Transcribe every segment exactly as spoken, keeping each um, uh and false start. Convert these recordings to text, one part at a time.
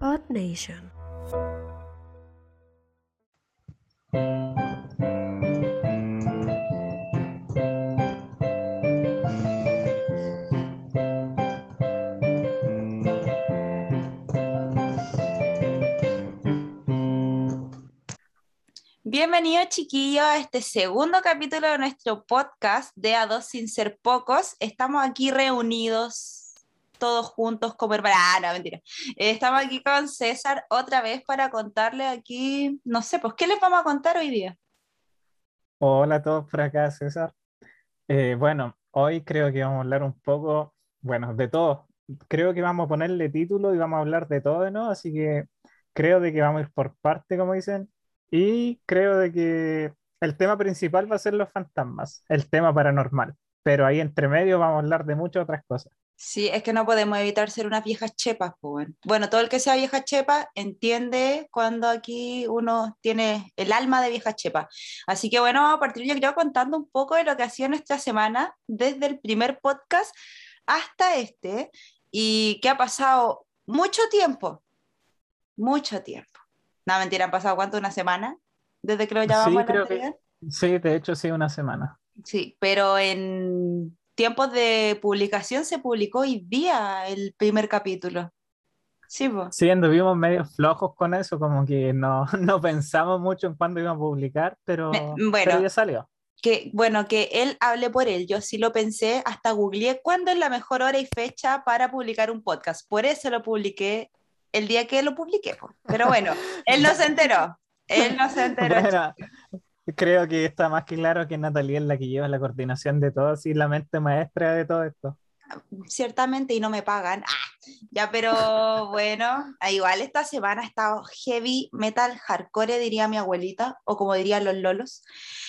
Earth Nation. Bienvenidos, chiquillos, a este segundo capítulo de nuestro podcast de A Dos Sin Ser Pocos. Estamos aquí reunidos, todos juntos como hermanos. Ah, no, mentira. Eh, estamos aquí con César otra vez para contarle aquí, no sé, pues, ¿qué les vamos a contar hoy día? Hola a todos por acá, César. Eh, bueno, hoy creo que vamos a hablar un poco, bueno, de todo. Creo que vamos a ponerle título y vamos a hablar de todo, ¿no? Así que creo de que vamos a ir por parte, como dicen, y creo de que el tema principal va a ser los fantasmas, el tema paranormal, pero ahí entre medio vamos a hablar de muchas otras cosas. Sí, es que no podemos evitar ser unas viejas chepas, pues, bueno. Bueno, todo el que sea vieja chepa entiende cuando aquí uno tiene el alma de vieja chepa. Así que bueno, vamos a partir yo creo contando un poco de lo que ha sido nuestra semana desde el primer podcast hasta este y que ha pasado mucho tiempo, mucho tiempo. No, mentira, han pasado ¿cuánto? ¿Una semana? Desde que lo llamamos Sí, el creo que anterior. sí, de hecho sí, una semana. Sí, pero en tiempos de publicación se publicó hoy día el primer capítulo. Sí, pues. Sí, anduvimos medio flojos con eso, como que no, no pensamos mucho en cuándo íbamos a publicar, pero, pero Bueno, ya salió. que, bueno, que él hable por él. Yo sí lo pensé, hasta googleé cuándo es la mejor hora y fecha para publicar un podcast. Por eso lo publiqué el día que lo publiqué, po. Pero bueno, él no se enteró. Él no se enteró, Bueno, chiquillo. creo que está más que claro que Natalia es la que lleva la coordinación de todo, y la mente maestra de todo esto. Ciertamente, y no me pagan. Ah, ya, pero bueno, ah, igual esta semana ha estado heavy metal hardcore, diría mi abuelita, o como dirían los lolos.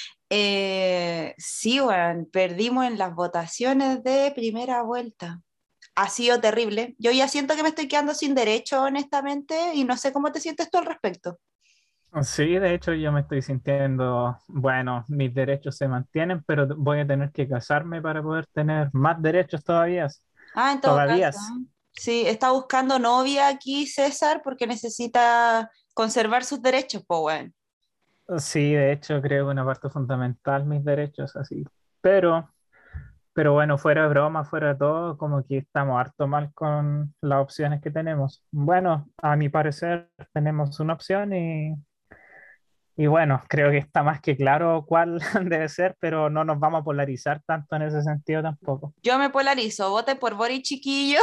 Eh, sí, bueno, perdimos en las votaciones de primera vuelta. Ha sido terrible. Yo ya siento que me estoy quedando sin derecho, honestamente, y no sé cómo te sientes tú al respecto. Sí, de hecho yo me estoy sintiendo, bueno, mis derechos se mantienen, pero voy a tener que casarme para poder tener más derechos todavía. Ah, en todo Todavía. caso. Sí, está buscando novia aquí, César, porque necesita conservar sus derechos, pues bueno. Sí, de hecho creo que una parte fundamental mis derechos, así. Pero, pero bueno, fuera de broma, fuera de todo, como que estamos harto mal con las opciones que tenemos. Bueno, a mi parecer tenemos una opción y Y bueno, creo que está más que claro cuál debe ser, pero no nos vamos a polarizar tanto en ese sentido tampoco. Yo me polarizo, vote por Boric, chiquillo.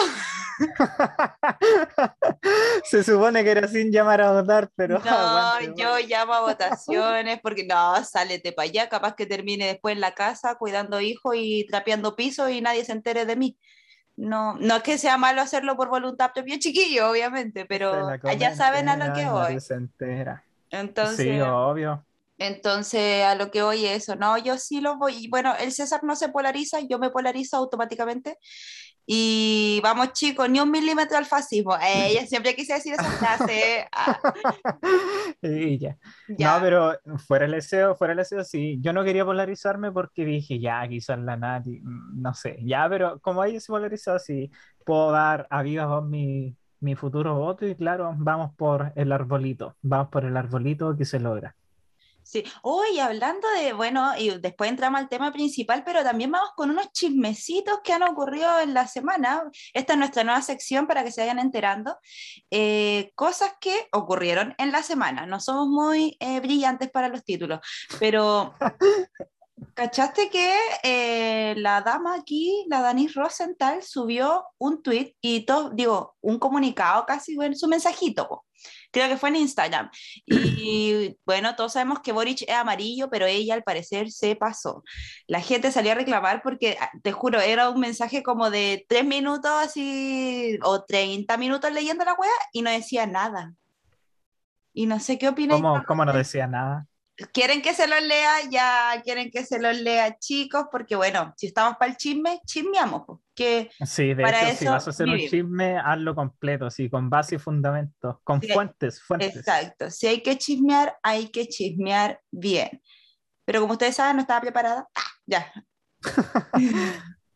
Se supone que era sin llamar a votar, pero No, aguante, yo Boric. llamo a votaciones porque no, sálete para allá, capaz que termine después en la casa cuidando hijos y trapeando piso y nadie se entere de mí. No, no es que sea malo hacerlo por voluntad propia, chiquillo, obviamente, Se pero la come ya saben a lo entera que y voy. nadie se entera. Sí, Entonces, obvio. entonces a lo que voy es eso, no, yo sí lo voy, y bueno, el César no se polariza, yo me polarizo automáticamente. Y vamos chicos, ni un milímetro al fascismo. Eh, ella siempre quise decir esa frase. Ah, Y ya. No, ya. pero fuera el deseo, fuera el deseo, sí. Yo no quería polarizarme porque dije, ya, quizás la Nati, mm, no sé, ya, pero como ella se polarizó, sí, puedo dar a viva voz mi, mi futuro voto y claro, vamos por el arbolito, vamos por el arbolito que se logra. Sí. Hoy hablando de, bueno, y después entramos al tema principal, pero también vamos con unos chismecitos que han ocurrido en la semana. Esta es nuestra nueva sección para que se vayan enterando. Eh, cosas que ocurrieron en la semana. No somos muy eh, brillantes para los títulos, pero ¿cachaste que eh, la dama aquí, la Denise Rosenthal, subió un tweet y todo, digo, un comunicado casi, bueno, su mensajito, po. Creo que fue en Instagram. Y bueno, todos sabemos que Boric es amarillo, pero ella al parecer se pasó. La gente salió a reclamar porque, ah, te juro, era un mensaje como de tres minutos así, o treinta minutos leyendo la wea y no decía nada. Y no sé qué opináis tú al ¿Cómo, cómo no respecto. decía nada? Quieren que se los lea, ya quieren que se los lea, chicos, porque bueno, si estamos para el chisme, chismeamos, po, que Sí, de para hecho, si vas eso a hacer un vivimos. chisme, hazlo completo, sí, con base y fundamentos, con Sí, fuentes, fuentes. exacto, si hay que chismear, hay que chismear bien. Pero como ustedes saben, no estaba preparada. Ah, ya.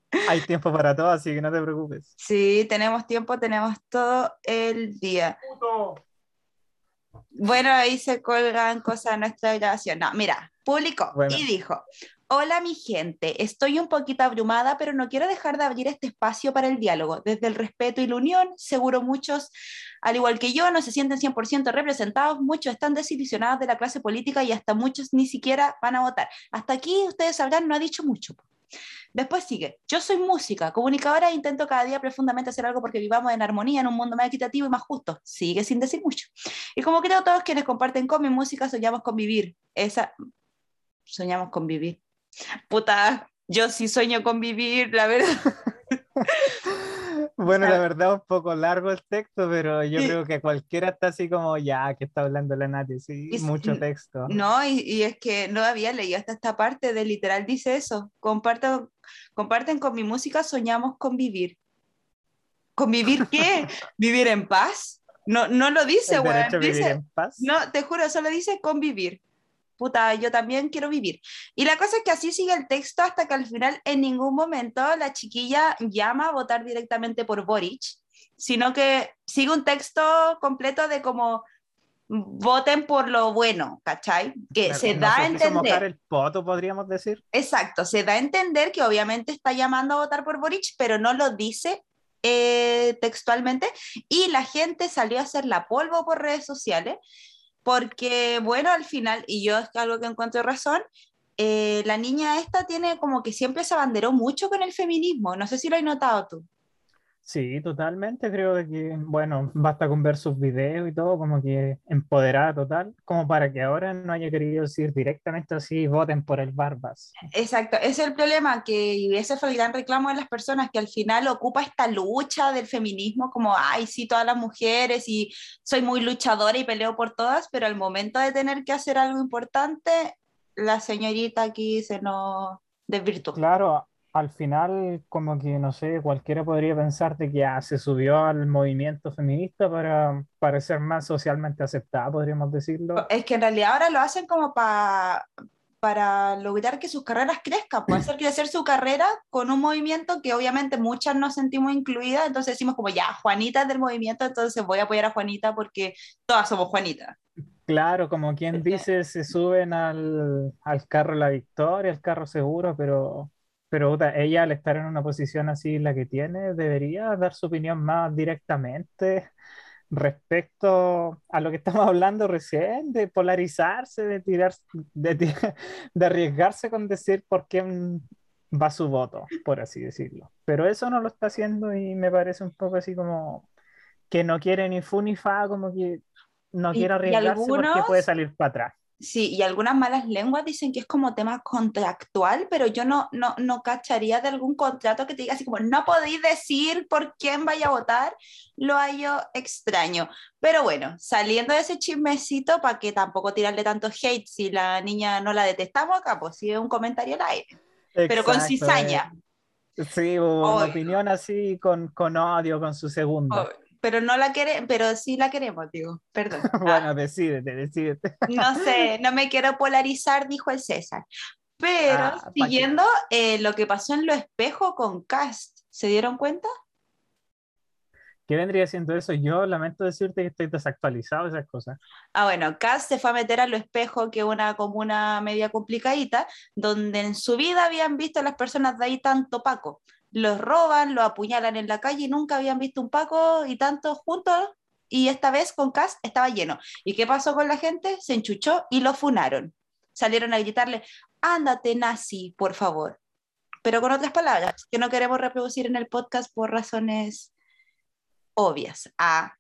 Hay tiempo para todo, así que no te preocupes. Sí, tenemos tiempo, tenemos todo el día. Puto. Bueno, ahí se colgan cosas de nuestra grabación. No, mira, publicó y Bueno, dijo, hola mi gente, estoy un poquito abrumada, pero no quiero dejar de abrir este espacio para el diálogo. Desde el respeto y la unión, seguro muchos, al igual que yo, no se sienten cien por ciento representados, muchos están desilusionados de la clase política y hasta muchos ni siquiera van a votar. Hasta aquí, ustedes sabrán, no ha dicho mucho. Después sigue, yo soy música, comunicadora e intento cada día profundamente hacer algo porque vivamos en armonía en un mundo más equitativo y más justo. Sigue sin decir mucho. Y como creo todos quienes comparten con mi música, soñamos con vivir. Esa, soñamos con vivir. Puta, yo sí sueño con vivir, la verdad. bueno, la verdad es un poco largo el texto, pero yo Y, creo que cualquiera está así como, ya, que está hablando la Nati, sí, y, mucho texto. no, y, y, es que no había leído hasta esta parte de literal dice eso. Comparto, comparten con mi música, soñamos con vivir. ¿Convivir qué? ¿Vivir en paz? No, no lo dice, El weón. derecho a vivir Dice, en paz. no, te juro, solo dice convivir. Puta, yo también quiero vivir. Y la cosa es que así sigue el texto hasta que al final en ningún momento la chiquilla llama a votar directamente por Boric, sino que sigue un texto completo de como voten por lo bueno, ¿cachai? Que Claro, se no da a se quiso mojar entender. el poto, podríamos decir. Exacto, se da a entender que obviamente está llamando a votar por Boric, pero no lo dice eh, textualmente, y la gente salió a hacer la polvo por redes sociales, porque bueno, al final, y yo es algo que encuentro razón, eh, la niña esta tiene como que siempre se abanderó mucho con el feminismo, no sé si lo has notado tú. Sí, totalmente. Creo que, bueno, basta con ver sus videos y todo, como que empoderada total, como para que ahora no haya querido decir directamente así, voten por el Barbas. Exacto, ese es el problema, que y ese fue el gran reclamo de las personas, que al final ocupa esta lucha del feminismo como, ay, sí, todas las mujeres y soy muy luchadora y peleo por todas, pero al momento de tener que hacer algo importante, la señorita aquí se nos desvirtuó. Claro, al final, como que, no sé, cualquiera podría pensar de que ah, se subió al movimiento feminista para, para ser más socialmente aceptada, podríamos decirlo. Es que en realidad ahora lo hacen como pa- para lograr que sus carreras crezcan, pues hacer crecer su carrera con un movimiento que obviamente muchas nos sentimos incluidas, entonces decimos como ya, Juanita es del movimiento, entonces voy a apoyar a Juanita porque todas somos Juanitas. Claro, como quien dice, se suben al, al carro la victoria, al carro seguro, pero, pero puta, ella al estar en una posición así la que tiene, debería dar su opinión más directamente respecto a lo que estamos hablando recién, de polarizarse, de tirar, de, ti- de arriesgarse con decir por quién va su voto, por así decirlo. Pero eso no lo está haciendo y me parece un poco así como que no quiere ni fu ni fa, como que no quiere Y, y arriesgarse porque puede algunos, salir para atrás. sí, y algunas malas lenguas dicen que es como tema contractual, pero yo no, no, no cacharía de algún contrato que te diga así como, no podéis decir por quién vaya a votar, lo hallo extraño. Pero bueno, saliendo de ese chismecito, para que tampoco tirarle tanto hate si la niña no la detestamos acá, pues sí es un comentario al aire, pero con Exacto. eh, cizaña. sí, una Obvio, opinión así con, con odio, con su segunda. obvio. Pero no la queremos, pero sí la queremos, digo, perdón. Bueno, decídete, decídete. No sé, no me quiero polarizar, dijo el César. Pero Ah, ¿para qué? siguiendo eh, lo que pasó en Lo Espejo con Cast, ¿se dieron cuenta? ¿Qué vendría siendo eso? Yo lamento decirte que estoy desactualizado de esas cosas. Ah, bueno, Cast se fue a meter a Lo Espejo, que es una comuna media complicadita, donde en su vida habían visto a las personas de ahí tanto Paco. Los roban, los apuñalan en la calle y nunca habían visto un Paco y tantos juntos. Y esta vez con Cast estaba lleno. ¿Y qué pasó con la gente? Se enchuchó y lo funaron. Salieron a gritarle, ándate nazi, por favor. Pero con otras palabras, que no queremos reproducir en el podcast por razones obvias. Ah,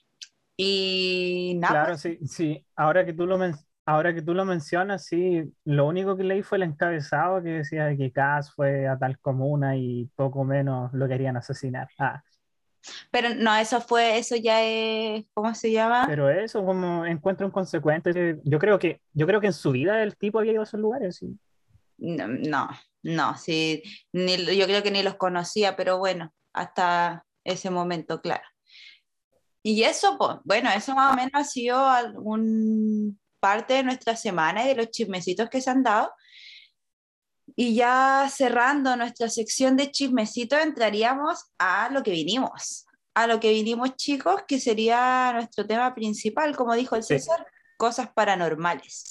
y nada, Claro, pues, sí, sí. Ahora que tú lo men- ahora que tú lo mencionas, sí, lo único que leí fue el encabezado que decía que Cass fue a tal comuna y poco menos lo querían asesinar. Ah, pero no, eso fue, eso ya es, ¿cómo se llama? pero eso como encuentro inconsecuente. Yo creo que, yo creo que en su vida el tipo había ido a esos lugares, sí. No, no, no, sí, ni, yo creo que ni los conocía, pero bueno, hasta ese momento, claro. Y eso, pues, bueno, eso más o menos ha sido algún parte de nuestra semana y de los chismecitos que se han dado. Y ya cerrando nuestra sección de chismecito, entraríamos a lo que vinimos. A lo que vinimos, chicos, que sería nuestro tema principal, como dijo el Sí. César, cosas paranormales.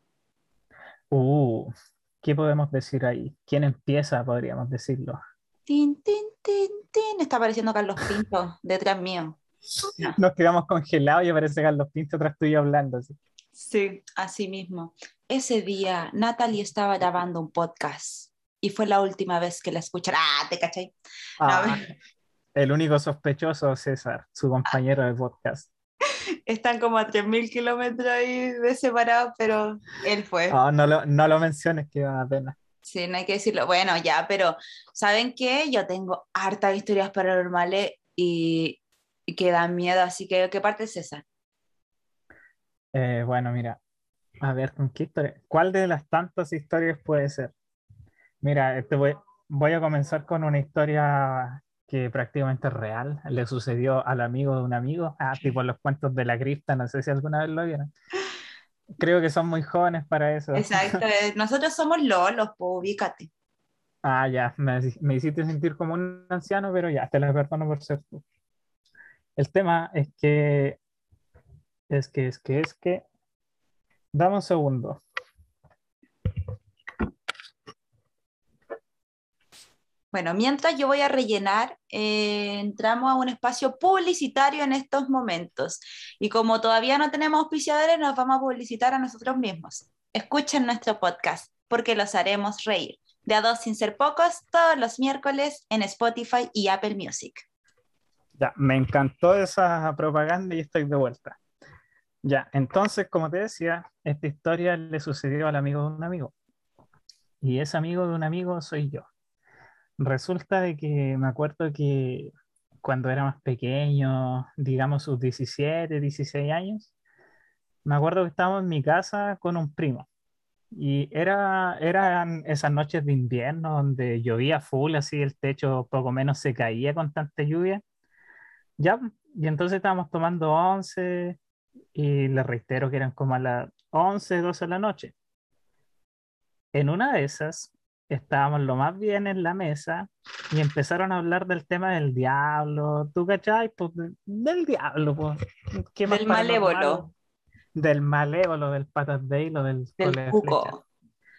Uh, ¿qué podemos decir ahí? ¿Quién empieza? Podríamos decirlo. Tin, tin, tin, tin. Está apareciendo Carlos Pinto detrás mío. No. Nos quedamos congelados y aparece Carlos Pinto atrás tuyo hablando. Así. Sí, así mismo. Ese día Natalie estaba grabando un podcast y fue la última vez que la escuchará. Ah, ¿te cachai? No, a ver, Ah, el único sospechoso, César, su compañero de podcast. están como a tres mil kilómetros ahí de separados, pero él fue. Ah, no lo, no lo menciones, que da pena. Sí, no hay que decirlo. Bueno, ya, pero ¿saben qué? Yo tengo hartas historias paranormales y, y que dan miedo, así que ¿qué parte es esa? Eh, bueno, mira, a ver, ¿con qué historia? ¿Cuál de las tantas historias puede ser? Mira, este voy, voy a comenzar con una historia que prácticamente es real. Le sucedió al amigo de un amigo, ah, tipo los cuentos de la cripta, no sé si alguna vez lo vieron. Creo que son muy jóvenes para eso. Exacto, eh, nosotros somos lolos, pues ubícate. Ah, ya, me, me hiciste sentir como un anciano, pero ya, te lo perdono por ser tú. El tema es que, es que, es que, es que, dame un segundo. Bueno, mientras yo voy a rellenar, eh, entramos a un espacio publicitario en estos momentos. Y como todavía no tenemos auspiciadores, nos vamos a publicitar a nosotros mismos. Escuchen nuestro podcast, porque los haremos reír. De a dos sin ser pocos, todos los miércoles en Spotify y Apple Music. Ya, me encantó esa propaganda y estoy de vuelta. Ya, entonces, como te decía, esta historia le sucedió al amigo de un amigo. Y ese amigo de un amigo soy yo. Resulta de que me acuerdo que cuando era más pequeño, digamos sus diecisiete dieciséis años, me acuerdo que estábamos en mi casa con un primo. Y era, eran esas noches de invierno donde llovía full, así el techo poco menos se caía con tanta lluvia. Ya, y entonces estábamos tomando once y les reitero que eran como a las once doce de la noche. En una de esas estábamos lo más bien en la mesa y empezaron a hablar del tema del diablo. ¿Tú cachai? Pues de- del diablo, pues. ¿Qué más Del paranormal? malévolo, Del malévolo, del patas de hilo, del del cole de flecha. cuco.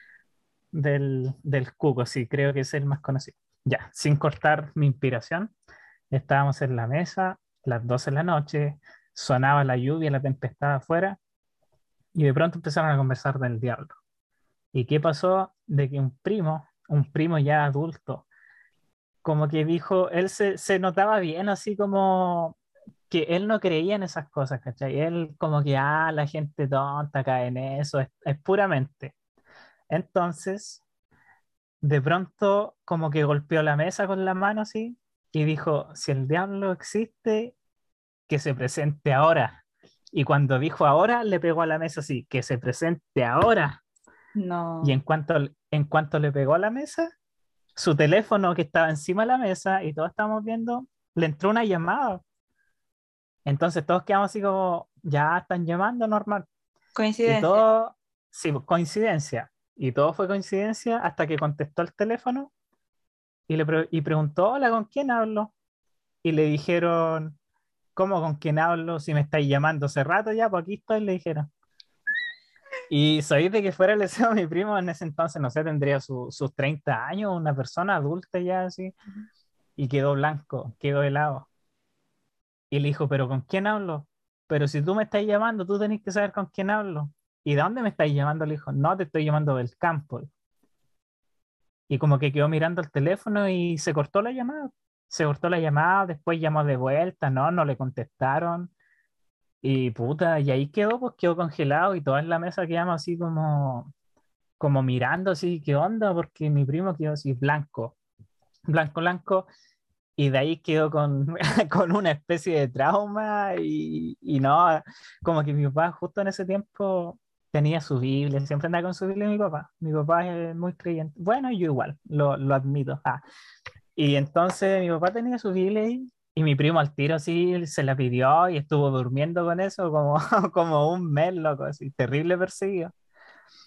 Del, del cuco, sí, creo que es el más conocido. Ya, sin cortar mi inspiración, estábamos en la mesa, las doce de la noche, sonaba la lluvia, la tempestad afuera, y de pronto empezaron a conversar del diablo. ¿Y qué pasó? De que un primo, un primo ya adulto, como que dijo, él se, se notaba bien, así como que él no creía en esas cosas, ¿cachai? Él como que, ah, la gente tonta cae en eso, es, es puramente. Entonces, de pronto, como que golpeó la mesa con la mano así y dijo, si el diablo existe, que se presente ahora. Y cuando dijo ahora, le pegó a la mesa así, que se presente ahora. Y en No. cuanto, en cuanto le pegó a la mesa, su teléfono que estaba encima de la mesa y todos estábamos viendo, le entró una llamada. Entonces todos quedamos así como, ya están llamando normal. Y Coincidencia. todo, sí, pues, coincidencia. Y todo fue coincidencia hasta que contestó el teléfono y le pre- y preguntó, hola, ¿con quién hablo? Y le dijeron, ¿cómo con quién hablo? Si me estáis llamando hace rato ya, pues aquí estoy, le dijeron. Y sabéis de que fuera el deseo mi primo en ese entonces, no sé, tendría su- sus treinta años, una persona adulta ya así, y quedó blanco, quedó helado. Y le dijo, ¿pero con quién hablo? Pero si tú me estás llamando, tú tenés que saber con quién hablo. ¿Y de dónde me estás llamando? Le dijo, no, te estoy llamando del campo. Y como que quedó mirando el teléfono y se cortó la llamada. Se cortó la llamada, después llamó de vuelta, no, no le contestaron. Y puta, y ahí quedó, pues quedó congelado y toda en la mesa quedamos así como, como mirando así, ¿qué onda? Porque mi primo quedó así blanco, blanco, blanco. Y de ahí quedó con, con una especie de trauma y, y no, como que mi papá justo en ese tiempo tenía su Biblia, siempre andaba con su Biblia mi papá. Mi papá es muy creyente. Bueno, yo igual, lo, lo admito. Ah, y entonces mi papá tenía su Biblia ahí y mi primo al tiro así se la pidió y estuvo durmiendo con eso como, como un mes, loco, así, terrible perseguido.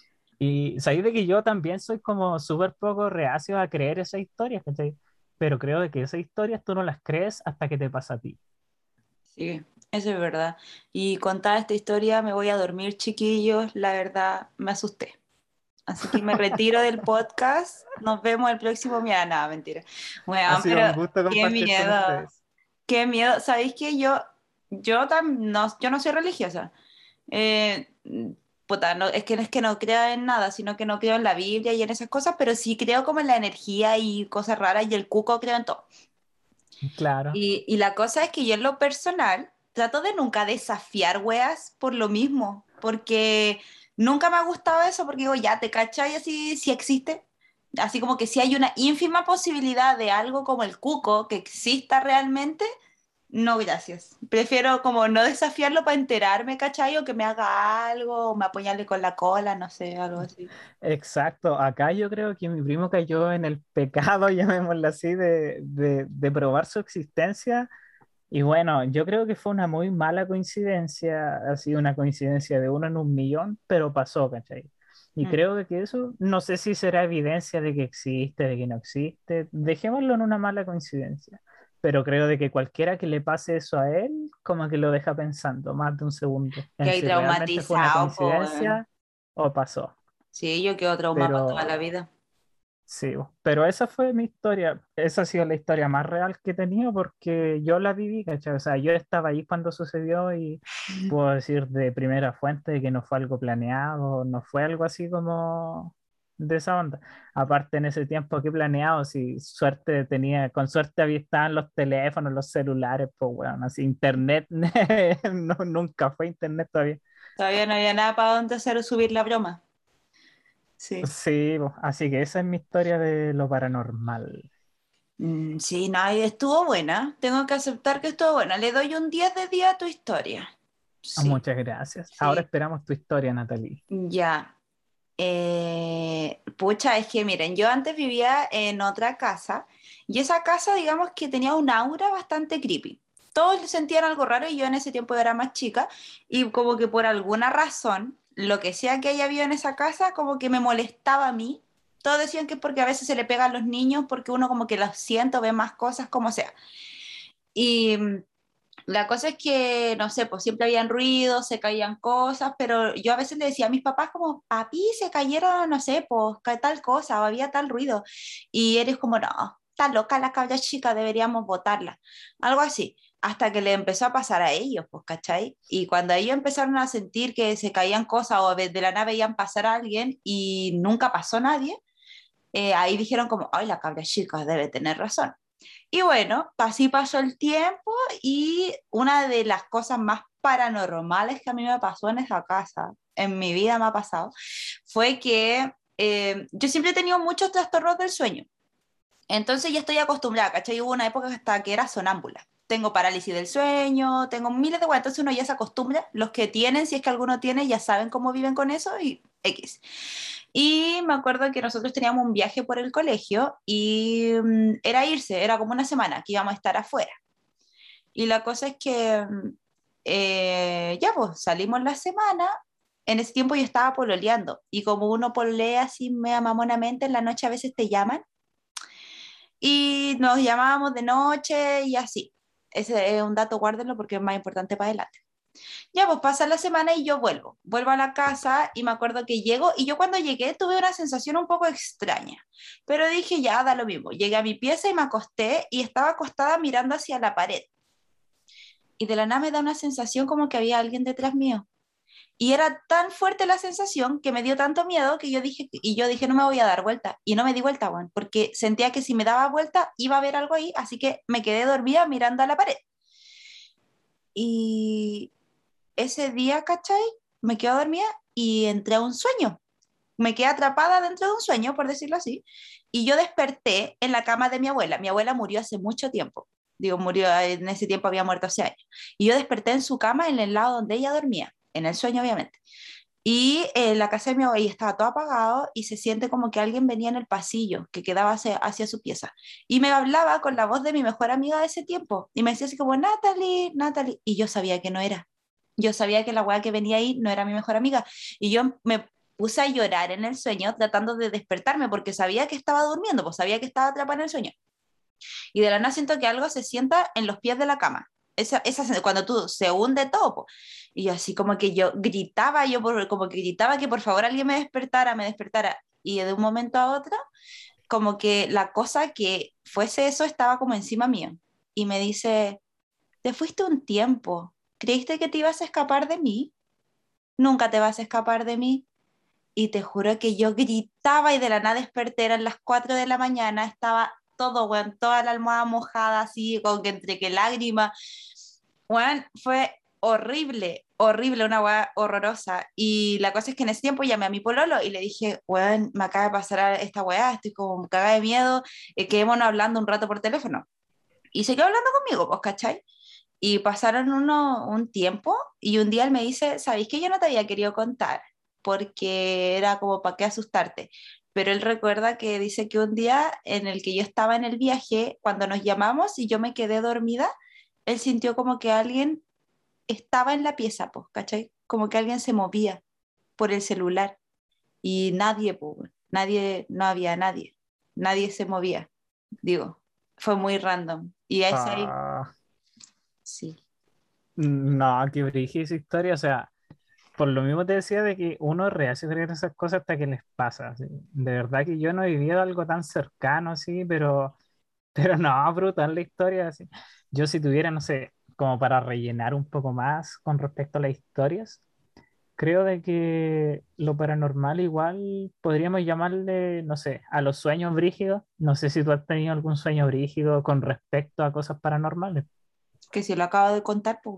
Y sabéis de que yo también soy como súper poco reacio a creer esas historias, ¿cachai? Pero creo de que esas historias tú no las crees hasta que te pasa a ti. Sí, eso es verdad. Y contada esta historia me voy a dormir, chiquillos. La verdad, me asusté. Así que me retiro del podcast. Nos vemos el próximo miércoles. Nada, mentira. Ha Bueno, sido pero un gusto qué compartir con miedo. ustedes. Qué miedo. ¿Sabéis que yo, yo, tam- no, yo no soy religiosa? Eh, puta, no, es que no es que no creo en nada, sino que no creo en la Biblia y en esas cosas, pero sí creo como en la energía y cosas raras y el cuco creo en todo. Claro, Y, y la cosa es que yo en lo personal trato de nunca desafiar weas por lo mismo, porque nunca me ha gustado eso, porque digo, ya, ¿te cachai? Así, si existe. Así como que si hay una ínfima posibilidad de algo como el cuco que exista realmente, no, gracias. Prefiero como no desafiarlo para enterarme, ¿cachai? O que me haga algo, o me apuñale con la cola, no sé, algo así. exacto. Acá yo creo que mi primo cayó en el pecado, llamémoslo así, de, de, de probar su existencia. Y bueno, yo creo que fue una muy mala coincidencia, ha sido una coincidencia de uno en un millón, pero pasó, ¿cachai? Y Mm. creo que eso, no sé si será evidencia de que existe, de que no existe, dejémoslo en una mala coincidencia, pero creo de que cualquiera que le pase eso a él, como que lo deja pensando más de un segundo Que en hay si realmente fue una traumatizado, pues. coincidencia o pasó. Sí, yo quedo traumado para toda la Pero vida. sí, bo. Pero esa fue mi historia. Esa ha sido la historia más real que he tenido porque yo la viví, ¿cachai? O sea, yo estaba ahí cuando sucedió y puedo decir de primera fuente que no fue algo planeado, no fue algo así como de esa onda. Aparte, en ese tiempo, ¿qué planeado? Si suerte tenía, con suerte había estaban los teléfonos, los celulares, pues bueno, así internet, no, nunca fue internet todavía. Todavía no había nada para dónde hacer subir la broma. Sí. Sí, bo. Así que esa es mi historia de lo paranormal. Mm, sí, no, y estuvo buena. Tengo que aceptar que estuvo buena. Le doy un diez de diez a tu historia. Ah, Sí, muchas gracias. Ahora sí. esperamos tu historia, Natalie. Ya. Eh, pucha, es que miren, yo antes vivía en otra casa y esa casa, digamos que tenía un aura bastante creepy. Todos sentían algo raro y yo en ese tiempo era más chica y como que por alguna razón, lo que sea que haya habido en esa casa, como que me molestaba a mí. Todos decían que es porque a veces se le pega a los niños, porque uno como que los siente o ve más cosas, como sea. Y mm, la cosa es que, no sé, pues siempre habían ruidos, se caían cosas, pero yo a veces le decía a mis papás como, papi, se cayeron, no sé, pues ca- tal cosa, o había tal ruido. Y eres como, no, está loca la cabra chica, deberíamos botarla. Algo así, hasta que le empezó a pasar a ellos, pues, ¿cachai? Y cuando ellos empezaron a sentir que se caían cosas o de de la nave veían pasar a alguien y nunca pasó nadie, eh, ahí dijeron como, ay, la cabra chica debe tener razón. Y bueno, así pasó el tiempo y una de las cosas más paranormales que a mí me pasó en esa casa, en mi vida me ha pasado, fue que eh, yo siempre he tenido muchos trastornos del sueño. Entonces ya estoy acostumbrada, ¿cachai? Hubo una época hasta que era sonámbula. Tengo parálisis del sueño, tengo miles de cosas, entonces uno ya se acostumbra. Los que tienen, si es que alguno tiene, ya saben cómo viven con eso y X. Y me acuerdo que nosotros teníamos un viaje por el colegio y mm, era irse, era como una semana que íbamos a estar afuera. Y la cosa es que mm, eh, ya pues salimos la semana, en ese tiempo yo estaba pololeando y como uno pololea así mea mamonamente, en la noche a veces te llaman y nos llamábamos de noche y así. Ese es un dato, guárdenlo porque es más importante para adelante. Ya, pues pasa la semana y yo vuelvo. Vuelvo a la casa y me acuerdo que llego y yo cuando llegué tuve una sensación un poco extraña, pero dije, ya, da lo mismo. Llegué a mi pieza y me acosté y estaba acostada mirando hacia la pared. Y de la nada me da una sensación como que había alguien detrás mío. Y era tan fuerte la sensación que me dio tanto miedo que yo dije, y yo dije, no me voy a dar vuelta. Y no me di vuelta, Juan, porque sentía que si me daba vuelta iba a haber algo ahí, así que me quedé dormida mirando a la pared. Y ese día, ¿cachai? Me quedo dormida y entré a un sueño. Me quedé atrapada dentro de un sueño, por decirlo así, y yo desperté en la cama de mi abuela. Mi abuela murió hace mucho tiempo. Digo, murió en ese tiempo, había muerto hace años. Y yo desperté en su cama, en el lado donde ella dormía, en el sueño, obviamente. Y eh, la casa de mi abuela estaba todo apagado y se siente como que alguien venía en el pasillo que quedaba hacia, hacia su pieza. Y me hablaba con la voz de mi mejor amiga de ese tiempo. Y me decía así como, Natalie, Natalie. Y yo sabía que no era. Yo sabía que la weá que venía ahí no era mi mejor amiga. Y yo me puse a llorar en el sueño tratando de despertarme porque sabía que estaba durmiendo, pues sabía que estaba atrapada en el sueño. Y de la nada siento que algo se sienta en los pies de la cama. Esa, esa, cuando tú se hunde todo, po. Y yo así como que yo gritaba, yo por, como que gritaba que por favor alguien me despertara, me despertara. Y de un momento a otro, como que la cosa que fuese eso estaba como encima mío. Y me dice, te fuiste un tiempo, ¿creíste que te ibas a escapar de mí? Nunca te vas a escapar de mí. Y te juro que yo gritaba y de la nada desperté, eran las cuatro de la mañana, estaba todo, weón, toda la almohada mojada así, con que entre que lágrimas, weón, fue horrible, horrible, una weá horrorosa. Y la cosa es que en ese tiempo llamé a mi pololo y le dije, weón, me acaba de pasar esta weá, estoy como cagada de miedo, eh, quedémonos hablando un rato por teléfono. Y se quedó hablando conmigo, pues, ¿cachai? Y pasaron uno, un tiempo y un día él me dice, ¿sabéis que yo no te había querido contar? Porque era como para qué asustarte. Pero él recuerda que dice que un día en el que yo estaba en el viaje, cuando nos llamamos y yo me quedé dormida, él sintió como que alguien estaba en la pieza, pues, ¿cachai? Como que alguien se movía por el celular y nadie, pues, nadie, no había nadie, nadie se movía, digo, fue muy random. Y ese ahí, Ah, sí. no, qué brígida esa historia. O sea, por lo mismo te decía de que uno es reacio a creer esas cosas hasta que les pasa. Así. De verdad que yo no he vivido algo tan cercano así, pero, pero no, brutal la historia. Así. Yo si tuviera, no sé, como para rellenar un poco más con respecto a las historias, creo de que lo paranormal igual podríamos llamarle, no sé, a los sueños brígidos. No sé si tú has tenido algún sueño brígido con respecto a cosas paranormales. Que si lo acabo de contar, pues.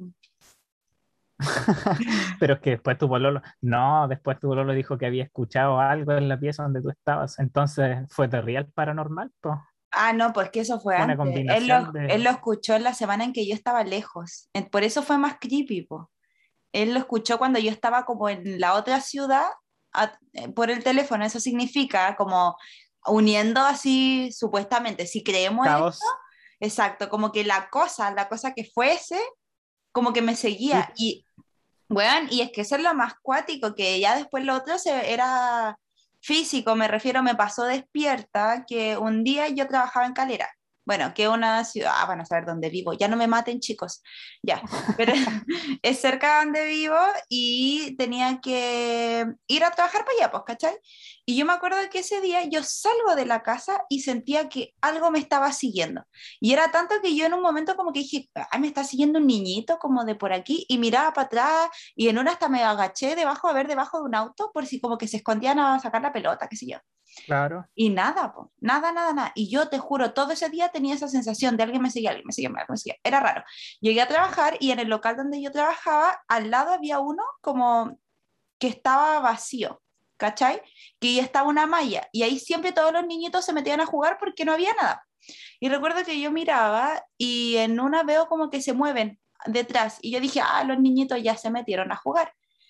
Pero es que después tu pololo, no, después tu pololo dijo que había escuchado algo en la pieza donde tú estabas. Entonces fue de real paranormal, pues. Ah, no, pues que eso fue Una antes. Él lo, combinación él de. lo escuchó en la semana en que yo estaba lejos. En- Por eso fue más creepy, po. Él lo escuchó cuando yo estaba como en la otra ciudad a- eh, por el teléfono. Eso significa como uniendo así, supuestamente, si creemos esto, Caos. exacto, como que la cosa, la cosa que fuese, como que me Sí, seguía. Y bueno, y es que eso es lo más cuático, que ya después lo otro se, era físico, me refiero, me pasó despierta, que un día yo trabajaba en Calera, bueno, que una ciudad, ah, van a saber dónde vivo, ya no me maten chicos, ya, pero es cerca de donde vivo y tenía que ir a trabajar para allá, pues, ¿cachai? Y yo me acuerdo que ese día yo salgo de la casa y sentía que algo me estaba siguiendo. Y era tanto que yo en un momento como que dije, ay, me está siguiendo un niñito como de por aquí, y miraba para atrás, y en una hasta me agaché debajo a ver debajo de un auto por si como que se escondían a sacar la pelota, qué sé yo. claro. Y nada, po, nada, nada, nada. Y yo te juro, todo ese día tenía esa sensación de alguien me seguía, alguien me seguía, alguien me seguía. Era raro. Llegué a trabajar y en el local donde yo trabajaba, al lado había uno como que estaba vacío, ¿cachai? Que ya estaba una malla. Y ahí siempre todos los niñitos se metían a jugar porque no había nada. Y recuerdo que yo miraba y en una veo como que se mueven detrás y yo dije, ah, los niñitos ya se metieron a jugar.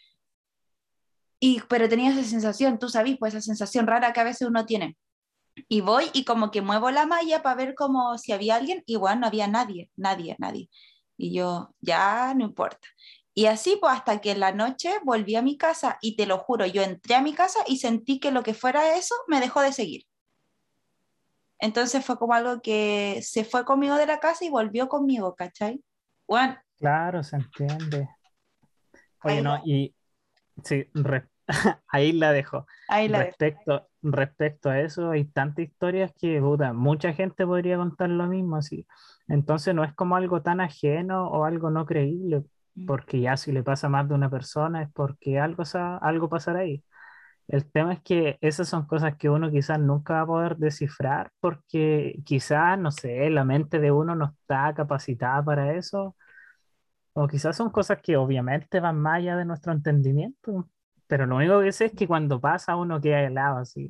Y, pero tenía esa sensación, tú sabes, pues esa sensación rara que a veces uno tiene. Y voy y como que muevo la malla para ver como si había alguien, y bueno, no había nadie, nadie, nadie. Y yo, ya no importa. Y así pues hasta que en la noche volví a mi casa y te lo juro, yo entré a mi casa y sentí que lo que fuera eso me dejó de seguir. Entonces fue como algo que se fue conmigo de la casa y volvió conmigo, ¿cachai? Bueno, Claro, se entiende. Oye, ahí no, la, y sí, re- ahí la dejo. ahí la dejo. Respecto, respecto a eso, hay tantas historias que, puta, mucha gente podría contar lo mismo, así. Entonces no es como algo tan ajeno o algo no creíble, porque ya si le pasa a más de una persona es porque algo, sa- algo pasará ahí. El tema es que esas son cosas que uno quizás nunca va a poder descifrar porque quizás, no sé, la mente de uno no está capacitada para eso, o quizás son cosas que obviamente van más allá de nuestro entendimiento, pero lo único que sé es que cuando pasa uno queda helado así.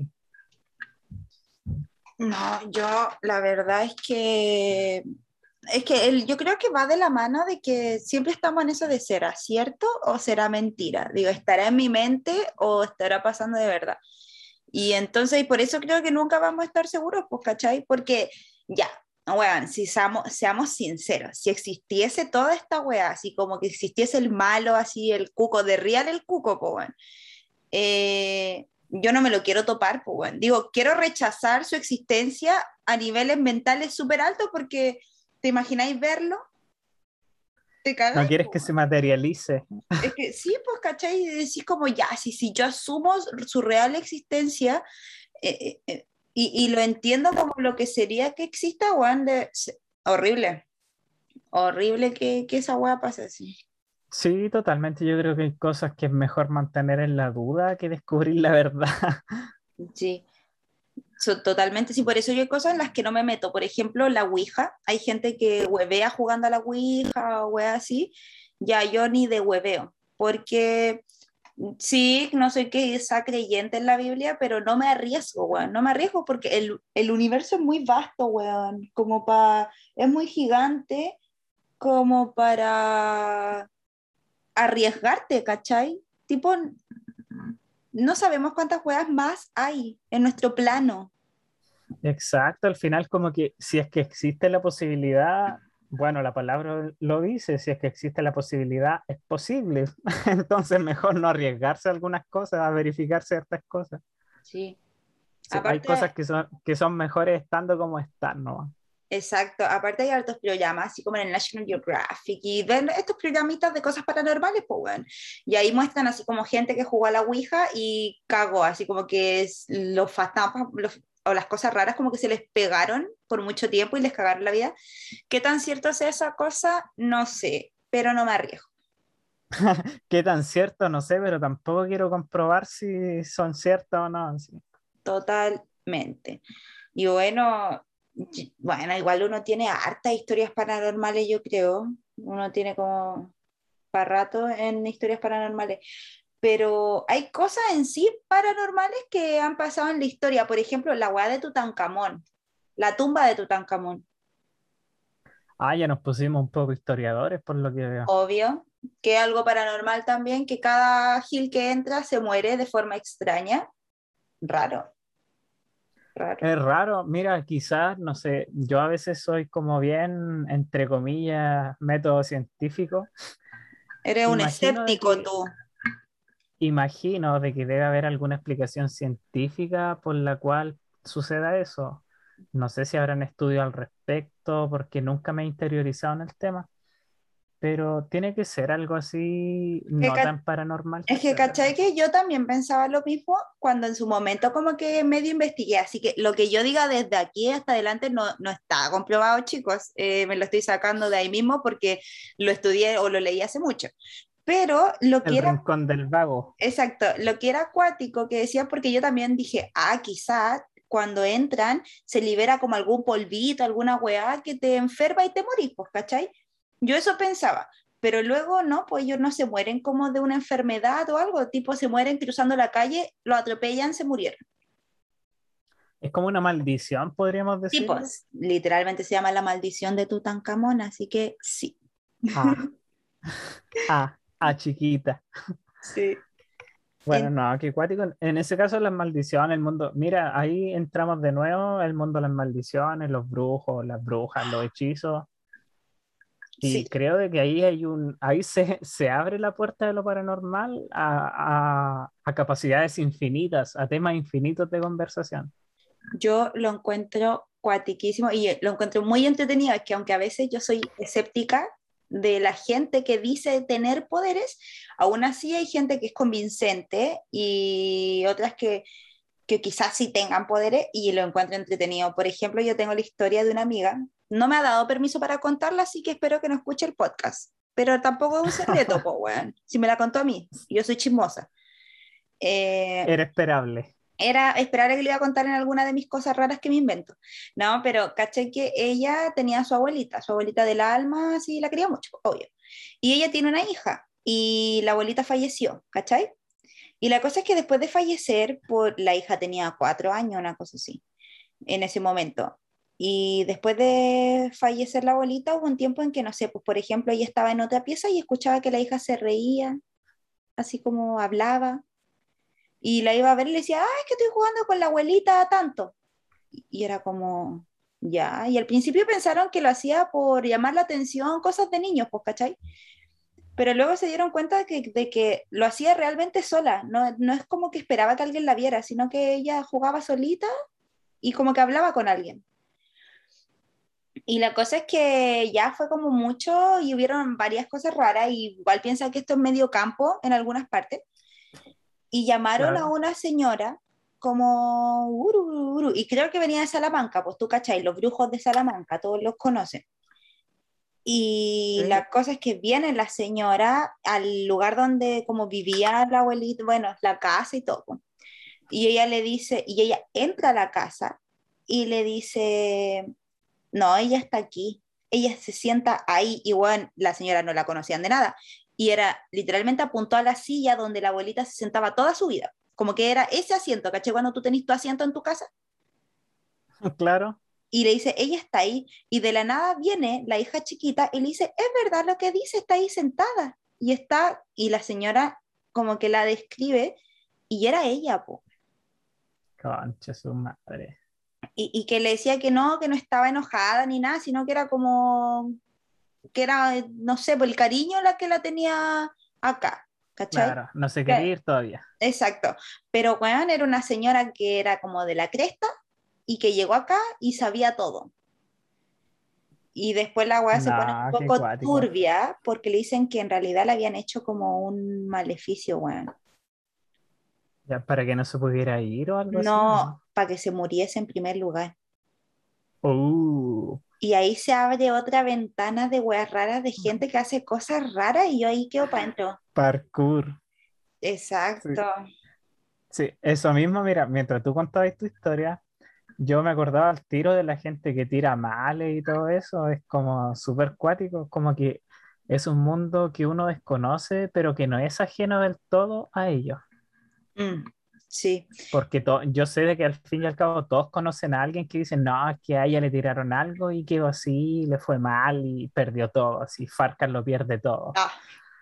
No, yo la verdad es que es que el, yo creo que va de la mano de que siempre estamos en eso de será cierto o será mentira. Digo, ¿estará en mi mente o estará pasando de verdad? Y entonces, y por eso creo que nunca vamos a estar seguros, pues, ¿cachai? Porque ya, weón, si seamos, seamos sinceros, si existiese toda esta weá, así como que existiese el malo, así el cuco, de real el cuco, pues, weón, eh, yo no me lo quiero topar, pues bueno. Digo, quiero rechazar su existencia a niveles mentales súper altos porque, ¿te imagináis verlo? Te No cagáis, quieres pues que se bueno. materialice. Es que sí, pues, ¿cachai? Y decís como, ya, si, si yo asumo su real existencia eh, eh, eh, y, y lo entiendo como lo que sería que exista, weón, de, se- horrible, horrible que, que esa weá pase así. Sí, totalmente. Yo creo que hay cosas que es mejor mantener en la duda que descubrir la verdad. Sí, so- totalmente, sí, por eso yo hay cosas en las que no me meto. Por ejemplo, la Ouija, hay gente que huevea jugando a la Ouija o wea así, ya yo ni de hueveo, porque sí, no soy que sea creyente en la Biblia, pero no me arriesgo, weón, no me arriesgo porque el, el universo es muy vasto, weón, como para, es muy gigante como para arriesgarte, ¿cachai? Tipo, no sabemos cuántas weas más hay en nuestro plano. Exacto, al final como que si es que existe la posibilidad, bueno, la palabra lo dice, si es que existe la posibilidad, es posible. Entonces mejor no arriesgarse a algunas cosas, a verificar ciertas cosas. Sí, Sí, hay cosas aparte, que son, que son mejores estando como están, ¿no? exacto, aparte hay hartos programas, así como en el National Geographic, y ven estos programitas de cosas paranormales, pues bueno, y ahí muestran así como gente que jugó a la Ouija y cagó, así como que es- los fantasmas los- o las cosas raras como que se les pegaron por mucho tiempo y les cagaron la vida. ¿Qué tan cierto es esa cosa? No sé, pero no me arriesgo, Qué tan cierto, no sé, pero tampoco quiero comprobar si son ciertas o no. Sí. totalmente. Y bueno, y- bueno, igual uno tiene hartas historias paranormales, yo creo, uno tiene como para rato en historias paranormales, pero hay cosas en sí paranormales que han pasado en la historia, por ejemplo, la weá de Tutankamón, la tumba de Tutankamón, Ah, ya nos pusimos un poco historiadores por lo que veo. obvio, que es algo paranormal también, que cada gil que entra se muere de forma extraña, raro, raro. Es raro, mira, quizás, no sé, yo a veces soy como bien, entre comillas, método científico. Eres un Imagino de escéptico que, tú. imagino de que debe haber alguna explicación científica por la cual suceda eso. No sé si habrán estudios al respecto, porque nunca me he interiorizado en el tema, pero tiene que ser algo así Que no ca- tan paranormal Es que, quizás. ¿cachai? Que yo también pensaba lo mismo cuando en su momento como que medio investigué, así que lo que yo diga desde aquí hasta adelante no, no está comprobado, chicos. Eh, me lo estoy sacando de ahí mismo porque lo estudié o lo leí hace mucho. Pero lo El que era, rincón del vago. exacto, lo que era acuático que decía, porque yo también dije, ah, quizás cuando entran se libera como algún polvito, alguna weá que te enferma y te morís, pues, ¿cachai? Yo eso pensaba, pero luego no, pues ellos no se mueren como de una enfermedad o algo, tipo se mueren cruzando la calle, lo atropellan, se murieron. Es como una maldición, podríamos decirlo. Tipos, literalmente se llama la maldición de Tutankamón, así que sí. Ah, ah, ah, chiquita. Sí. Bueno, En- no, qué cuático. En ese caso, las maldiciones, el mundo. Mira, ahí entramos de nuevo, el mundo de las maldiciones, los brujos, las brujas, los hechizos. sí, Y creo de que ahí hay un. Ahí se, se abre la puerta de lo paranormal a, a, a capacidades infinitas, a temas infinitos de conversación. yo lo encuentro cuatiquísimo y lo encuentro muy entretenido, es que aunque a veces yo soy escéptica de la gente que dice tener poderes, aún así hay gente que es convincente y otras que, que quizás sí tengan poderes y lo encuentro entretenido. Por ejemplo, yo tengo la historia de una amiga, no me ha dado permiso para contarla, así que espero que no escuche el podcast, pero tampoco es un secreto, pues, weón, si me la contó a mí, yo soy chismosa. Eh, Era esperable. Era esperar que le iba a contar en alguna de mis cosas raras que me invento. No, pero caché que ella tenía a su abuelita, su abuelita del alma, sí, la quería mucho, obvio. Y ella tiene una hija y la abuelita falleció, ¿cachai? Y la cosa es que después de fallecer, por, la hija tenía cuatro años, una cosa así, en ese momento. Y después de fallecer la abuelita, hubo un tiempo en que, no sé, pues por ejemplo, ella estaba en otra pieza y escuchaba que la hija se reía, así como hablaba y la iba a ver y le decía, ah, es que estoy jugando con la abuelita tanto. Y, y era como, ya. Y al principio pensaron que lo hacía por llamar la atención, cosas de niños, pues, ¿cachai? pero luego se dieron cuenta de que, de que lo hacía realmente sola, no, no es como que esperaba que alguien la viera, sino que ella jugaba solita y como que hablaba con alguien. Y la cosa es que ya fue como mucho y hubieron varias cosas raras, y igual piensa que esto es medio campo en algunas partes, y llamaron a Claro. una señora como uru, uru, uru, y creo que venía de Salamanca, pues tú cachai, los brujos de Salamanca, todos los conocen. Y Sí. la cosa es que viene la señora al lugar donde como vivía la abuelita, bueno, la casa y todo. Y ella le dice, y ella entra a la casa y le dice, no, ella está aquí. Ella se sienta ahí, y bueno, la señora no la conocían de nada. Y era, literalmente apuntó a la silla donde la abuelita se sentaba toda su vida. Como que era ese asiento, ¿caché? Cuando tú tenés tu asiento en tu casa. Claro. Y le dice, ella está ahí. Y de la nada viene la hija chiquita y le dice, es verdad lo que dice, está ahí sentada. Y está, y la señora como que la describe, y era ella, po. Concha su madre. Y, y que le decía que no, que no estaba enojada ni nada, sino que era como, que era, eh, no sé, por el cariño la que la tenía acá, ¿cachai? Claro, no se quería Que- ir todavía. Exacto. Pero, weón, era una señora que era como de la cresta y que llegó acá y sabía todo. Y después la weá se pone un No, qué poco cuático. turbia porque le dicen que en realidad le habían hecho como un maleficio, weón. Ya para que no se pudiera ir o algo así, ¿o No no? para que se muriese en primer lugar. Uh, Y ahí se abre otra ventana de weas raras, de gente que hace cosas raras, y yo ahí quedo para adentro. parkour. Sí, Exacto. sí, eso mismo, mira, mientras tú contabas tu historia, yo me acordaba al tiro de la gente que tira males y todo eso, es como súper cuático, como que es un mundo que uno desconoce, pero que no es ajeno del todo a ellos. Mm, sí. Porque to- yo sé de que al fin y al cabo todos conocen a alguien que dice, no, es que a ella le tiraron algo y quedó así, le fue mal y perdió todo, así Farcan lo pierde todo. Ah,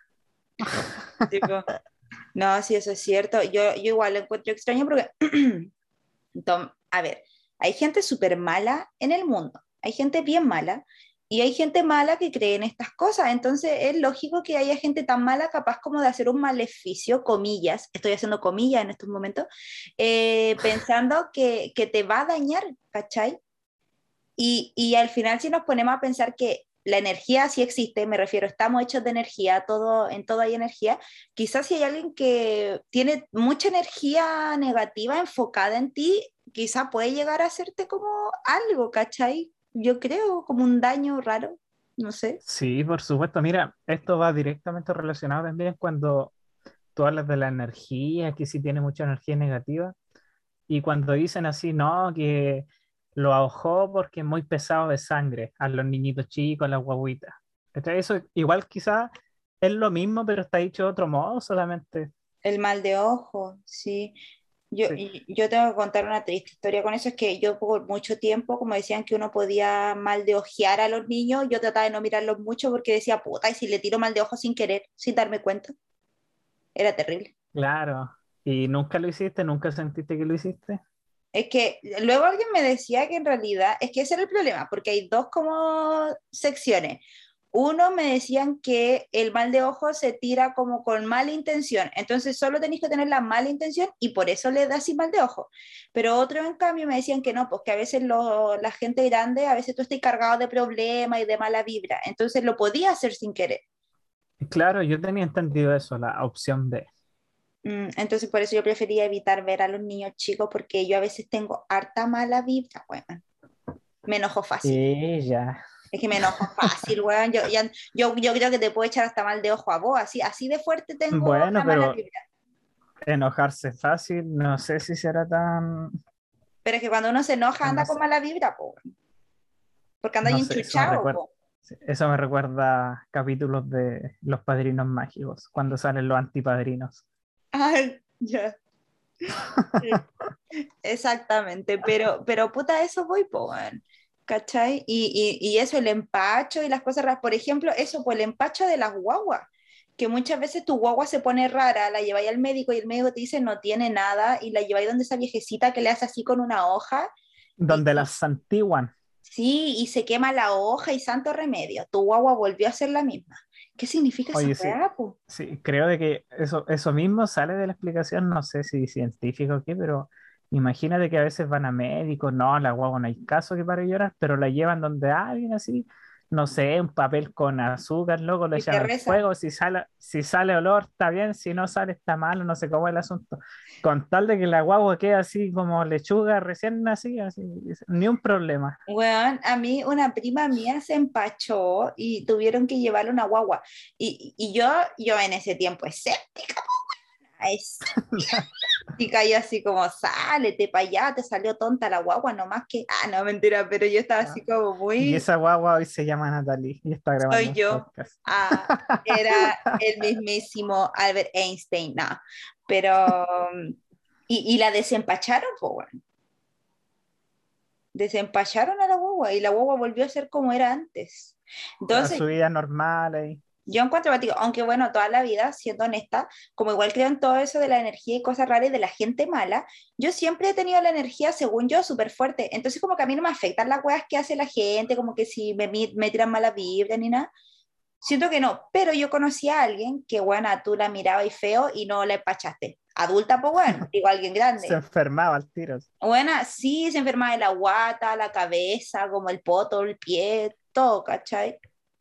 tipo, no, sí, eso es cierto. Yo, yo igual lo encuentro extraño porque, tom- a ver, hay gente súper mala en el mundo, hay gente bien mala, y hay gente mala que cree en estas cosas. Entonces es lógico que haya gente tan mala capaz como de hacer un maleficio, comillas, estoy haciendo comillas en estos momentos, eh, pensando que, que te va a dañar, ¿cachai? Y, y al final si nos ponemos a pensar que la energía sí existe, me refiero, estamos hechos de energía, todo, en todo hay energía, quizás si hay alguien que tiene mucha energía negativa enfocada en ti, quizás puede llegar a hacerte como algo, ¿cachai? Yo creo, como un daño raro, no sé. Sí, por supuesto. Mira, esto va directamente relacionado también cuando tú hablas de la energía, que sí tiene mucha energía negativa, y cuando dicen así, no, que lo ahogó porque es muy pesado de sangre a los niñitos chicos, a las guaguitas. ¿Cachai? Eso igual quizás es lo mismo, pero está dicho de otro modo solamente. El mal de ojo, sí. Yo, Sí. y- yo tengo que contar una triste historia con eso, es que yo por mucho tiempo, como decían que uno podía mal de ojear a los niños, yo trataba de no mirarlos mucho porque decía, puta, y si le tiro mal de ojo sin querer, sin darme cuenta, era terrible. Claro. ¿Y nunca lo hiciste? ¿Nunca sentiste que lo hiciste? Es que luego alguien me decía que en realidad, es que ese era el problema, porque hay dos como secciones. Uno me decían que el mal de ojo se tira como con mala intención, entonces solo tenéis que tener la mala intención y por eso le das así mal de ojo. Pero otro en cambio me decían que no, pues que a veces lo- la gente grande, a veces tú estás cargado de problemas y de mala vibra, entonces lo podía hacer sin querer. Claro, yo tenía entendido eso, la opción B. Mm, entonces por eso yo prefería evitar ver a los niños chicos porque yo a veces tengo harta mala vibra, bueno, me enojo fácil. Y ya. Es que me enojo fácil, weón. Yo, ya- yo, yo creo que te puedo echar hasta mal de ojo a vos. Así, así de fuerte tengo Bueno, la mala pero vibra. enojarse fácil, no sé si será tan, Pero es que cuando uno se enoja tan anda con así. mala vibra, po, weón. Porque anda ahí No sé, eso me enchuchado, recuerda, po. eso me recuerda a capítulos de Los Padrinos Mágicos, cuando salen los antipadrinos. Ay, ya. Sí. Exactamente. Pero, pero puta, a eso voy, po, weón. ¿Cachai? Y, y, y eso, el empacho y las cosas raras. Por ejemplo, eso, pues el empacho de las guaguas. Que muchas veces tu guagua se pone rara, la lleváis al médico y el médico te dice no tiene nada, y la lleváis donde esa viejecita que le hace así con una hoja. Y, Donde las y- santiguan. sí, y se quema la hoja y santo remedio. Tu guagua volvió a ser la misma. ¿Qué significa esa Oye, sí, weá, po? sí, creo de que eso, eso mismo sale de la explicación, no sé si científico o qué, pero imagínate que a veces van a médicos, no, la guagua no hay caso que para llorar, pero la llevan donde alguien así, no sé, un papel con azúcar, loco, lo Y te echan al reza. fuego, si sale, si sale olor está bien, si no sale está malo, no sé cómo es el asunto. Con tal de que la guagua quede así como lechuga recién nacida, así, ni un problema. Weón, a mí una prima mía se empachó y tuvieron que llevarle una guagua. Y, y yo, yo en ese tiempo escéptica, escéptica, y así como, sálete para allá, te salió tonta la guagua, nomás que, ah, no, mentira, pero yo estaba Ah, así como y muy, esa guagua hoy se llama Natalie y está grabando soy un yo. podcast. Ah, era el mismísimo Albert Einstein, no. Pero, y, y la desempacharon, pues, bueno, desempacharon a la guagua y la guagua volvió a ser como era antes. A Entonces, su vida normal ahí. yo encuentro, digo, aunque bueno, toda la vida, siendo honesta, como igual creo en todo eso de la energía y cosas raras y de la gente mala, yo siempre he tenido la energía, según yo, súper fuerte. Entonces, como que a mí no me afectan las weas que hace la gente, como que si me, mi- me tiran mala vibra ni nada. Siento que no, pero yo conocí a alguien que, bueno, tú la mirabas y feo y no la empachaste. Adulta, pues bueno, digo alguien Se grande. enfermaba al tiro. Buena, sí, se enferma de la guata, la cabeza, como el poto, el pie, todo, ¿cachai?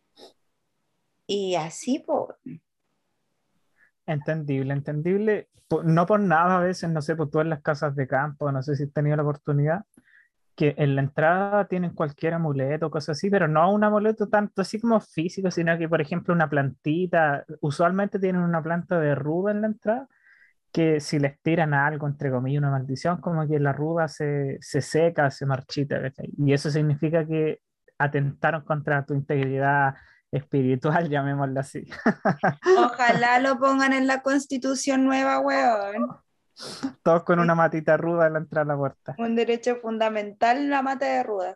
Y así, pues, Entendible, entendible. Po- No por nada a veces, no sé, pues tú en las casas de campo, no sé si has tenido la oportunidad, que en la entrada tienen cualquier amuleto, cosas así, pero no un amuleto tanto así como físico, sino que, por ejemplo, una plantita, usualmente tienen una planta de ruda en la entrada, que si les tiran algo, entre comillas, una maldición, como que la ruda se, se seca, se marchita, ¿cachai? Y eso significa que atentaron contra tu integridad espiritual, llamémoslo así. ojalá lo pongan en la constitución nueva, weón. Todos con una matita ruda en la entrada a la puerta. Un derecho fundamental, la mata de ruda.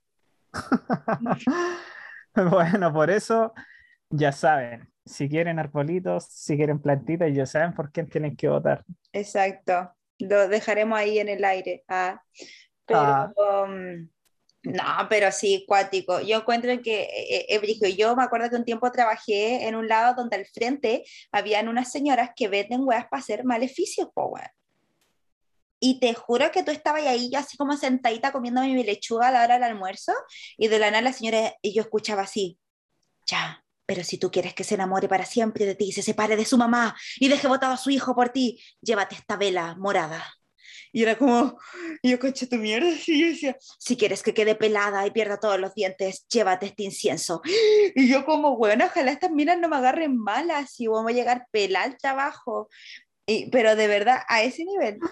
Bueno, por eso ya saben, si quieren arbolitos, si quieren plantitas, ya saben por quién tienen que votar. Exacto. Lo dejaremos ahí en el aire. Ah, pero, Ah, um, no, pero sí, cuático. Yo encuentro que, eh, eh, brígido. Yo me acuerdo que un tiempo trabajé en un lado donde al frente habían unas señoras que venden weas para hacer maleficios, po, weón. Y te juro que tú estabas ahí, yo así como sentadita comiendo mi lechuga a la hora del almuerzo, y de la nada la señora, y yo escuchaba así, ya, pero si tú quieres que se enamore para siempre de ti, se separe de su mamá y deje botado a su hijo por ti, llévate esta vela morada. Y era como, y yo, concha tu mierda, y yo decía, si quieres que quede pelada y pierda todos los dientes, llévate este incienso. Y yo como, bueno, ojalá estas minas no me agarren malas y vamos a llegar pelada al trabajo. Y, pero de verdad, a ese nivel.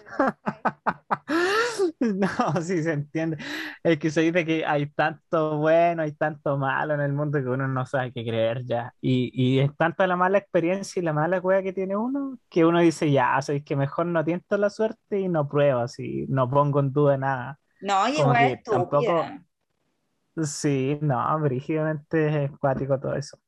no, sí se entiende. Es que se dice que hay tanto bueno, hay tanto malo en el mundo que uno no sabe qué creer ya. Y, y es tanta la mala experiencia y la mala cueva que tiene uno que uno dice, ya, sabéis que mejor no tiento la suerte y no pruebo, así, no pongo en duda nada. No, y Como igual que tampoco, estúpida. sí, no, brígidamente es cuático todo eso.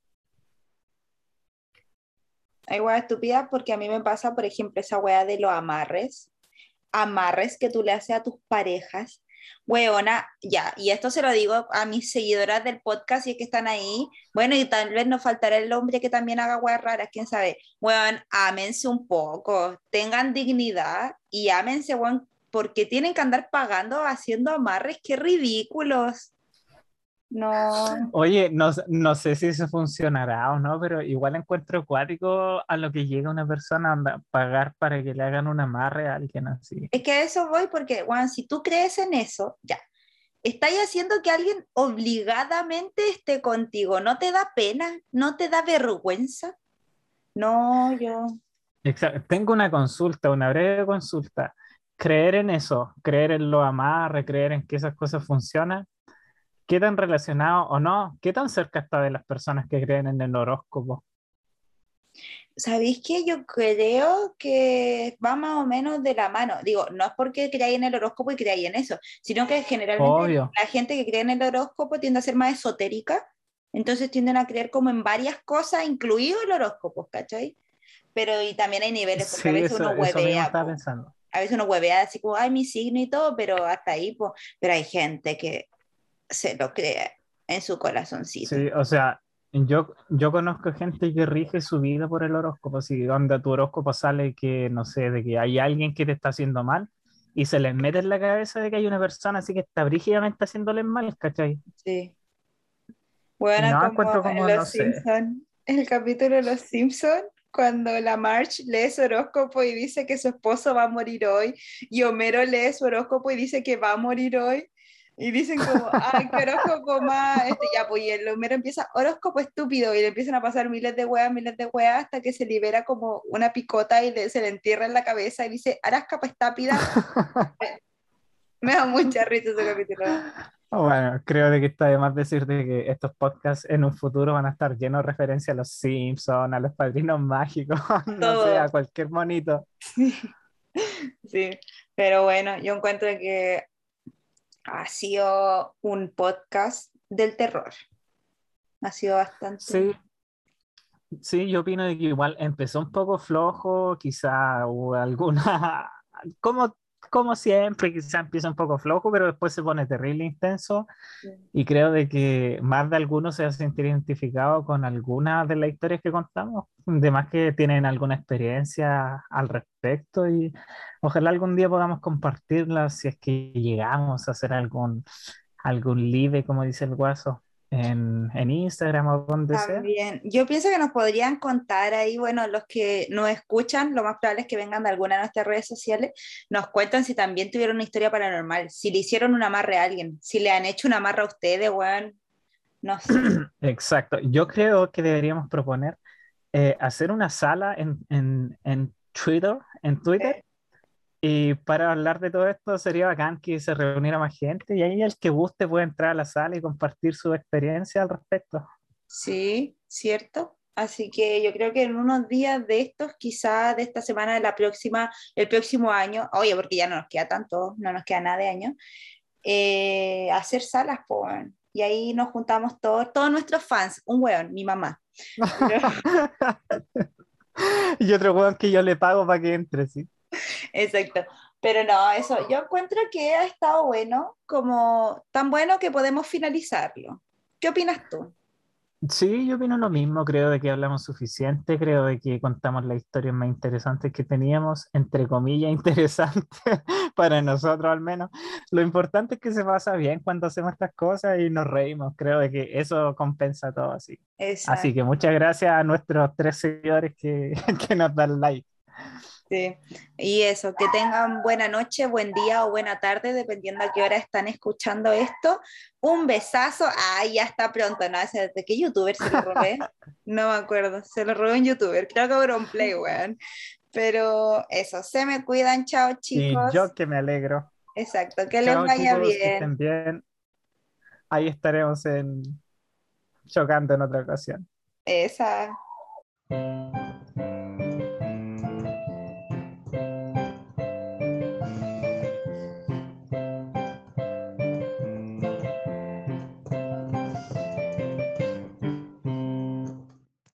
Igual estúpida porque a mí me pasa, por ejemplo, esa wea de los amarres. Amarres que tú le haces a tus parejas. Weona, ya, y esto se lo digo a mis seguidoras del podcast y es que están ahí. Bueno, y tal vez nos faltará el hombre que también haga weas raras, quién sabe. Weón, ámense un poco, tengan dignidad y ámense, weón, porque tienen que andar pagando haciendo amarres, qué ridículos. No. Oye, no, s- no sé si eso funcionará o no, pero igual encuentro acuático a lo que llega una persona a pagar para que le hagan un amarre a alguien así. Es que a eso voy porque, weón, si tú crees en eso, ya, estáis haciendo que alguien obligadamente esté contigo. ¿No te da pena? ¿No te da vergüenza? No, yo. Exacto. Tengo una consulta, una breve consulta. Creer en eso, creer en los amarres, creer en que esas cosas funcionan, ¿qué tan relacionado o no? ¿Qué tan cerca está de las personas que creen en el horóscopo? ¿Sabéis qué? Yo creo que va más o menos de la mano. Digo, no es porque creáis en el horóscopo y creáis en eso, sino que generalmente Obvio. la gente que cree en el horóscopo tiende a ser más esotérica, entonces tienden a creer como en varias cosas, incluido el horóscopo, ¿cachai? Pero y también hay niveles, porque a Sí, veces eso, uno eso mismo huevea, estaba po. pensando. A veces uno huevea así como, ay, mi signo y todo, pero hasta ahí, pues. Pero hay gente que se lo cree en su corazoncito. Sí, o sea. Yo, yo conozco gente que rige su vida por el horóscopo. Si onda tu horóscopo sale que, no sé, de que hay alguien que te está haciendo mal y se les mete en la cabeza de que hay una persona así que está brígidamente haciéndoles mal, ¿cachai? Sí. Y Bueno, no como encuentro en como, no Los sé. Simpson, el capítulo de Los Simpson, cuando la Marge lee su horóscopo y dice que su esposo va a morir hoy, y Homero lee su horóscopo y dice que va a morir hoy, y dicen como, ay, qué horóscopo más, este, ya, pues, y el Homero empieza, horóscopo estúpido, y le empiezan a pasar miles de weas, miles de weas, hasta que se libera como una picota y le- se le entierra en la cabeza y dice, harás capa estápida. Me, me da mucha risa ese capítulo. Bueno, creo de que está de más decir de que estos podcasts en un futuro van a estar llenos de referencia a los Simpsons, a los Padrinos Mágicos, no sé, a Todo. cualquier monito. Sí, pero bueno, yo encuentro que ha sido un podcast del terror. Ha sido bastante. Sí, sí, yo opino de que igual empezó un poco flojo, quizá hubo alguna, como, como siempre, quizá empieza un poco flojo, pero después se pone terrible intenso y creo de que más de algunos se va a sentir identificado con algunas de las historias que contamos, de más que tienen alguna experiencia al respecto y ojalá algún día podamos compartirlas si es que llegamos a hacer algún, algún live, como dice el guaso, en, en Instagram o donde sea. También, yo pienso que nos podrían contar ahí, bueno, los que nos escuchan, lo más probable es que vengan de alguna de nuestras redes sociales, nos cuentan si también tuvieron una historia paranormal, si le hicieron un amarre a alguien, si le han hecho un amarre a ustedes, weón, no sé. Exacto. Yo creo que deberíamos proponer eh, hacer una sala en, en, en Twitter, en Twitter, y para hablar de todo esto sería bacán que se reuniera más gente y ahí el que guste puede entrar a la sala y compartir su experiencia al respecto. Sí, cierto. Así que yo creo que en unos días de estos, quizá de esta semana, de la próxima, el próximo año, oye, porque ya no nos queda tanto, no nos queda nada de año, eh, hacer salas, pues. Y ahí nos juntamos todos, todos nuestros fans, un weón, mi mamá. Pero, Y otro weón que yo le pago para que entre, sí. exacto. Pero no, eso, yo encuentro que ha estado bueno, como tan bueno que podemos finalizarlo. ¿Qué opinas tú? Sí, yo opino lo mismo, creo de que hablamos suficiente, creo de que contamos las historias más interesantes que teníamos, entre comillas, interesantes para nosotros al menos. Lo importante es que se pasa bien cuando hacemos estas cosas y nos reímos, creo de que eso compensa todo así. Así que Exacto. muchas gracias a nuestros tres seguidores que, que nos dan like. Sí, y eso, que tengan buena noche, buen día o buena tarde, dependiendo a qué hora están escuchando esto. Un besazo. Ay, ya está pronto, ¿no? ¿De qué youtuber se lo robé? No me acuerdo, se lo robé un youtuber, creo que Auronplay, weón. Pero eso, se me cuidan, chao Y chicos. yo que me alegro. Exacto, que les Chao vaya chicos, que bien. estén bien. Ahí estaremos en chocando en otra ocasión. Esa.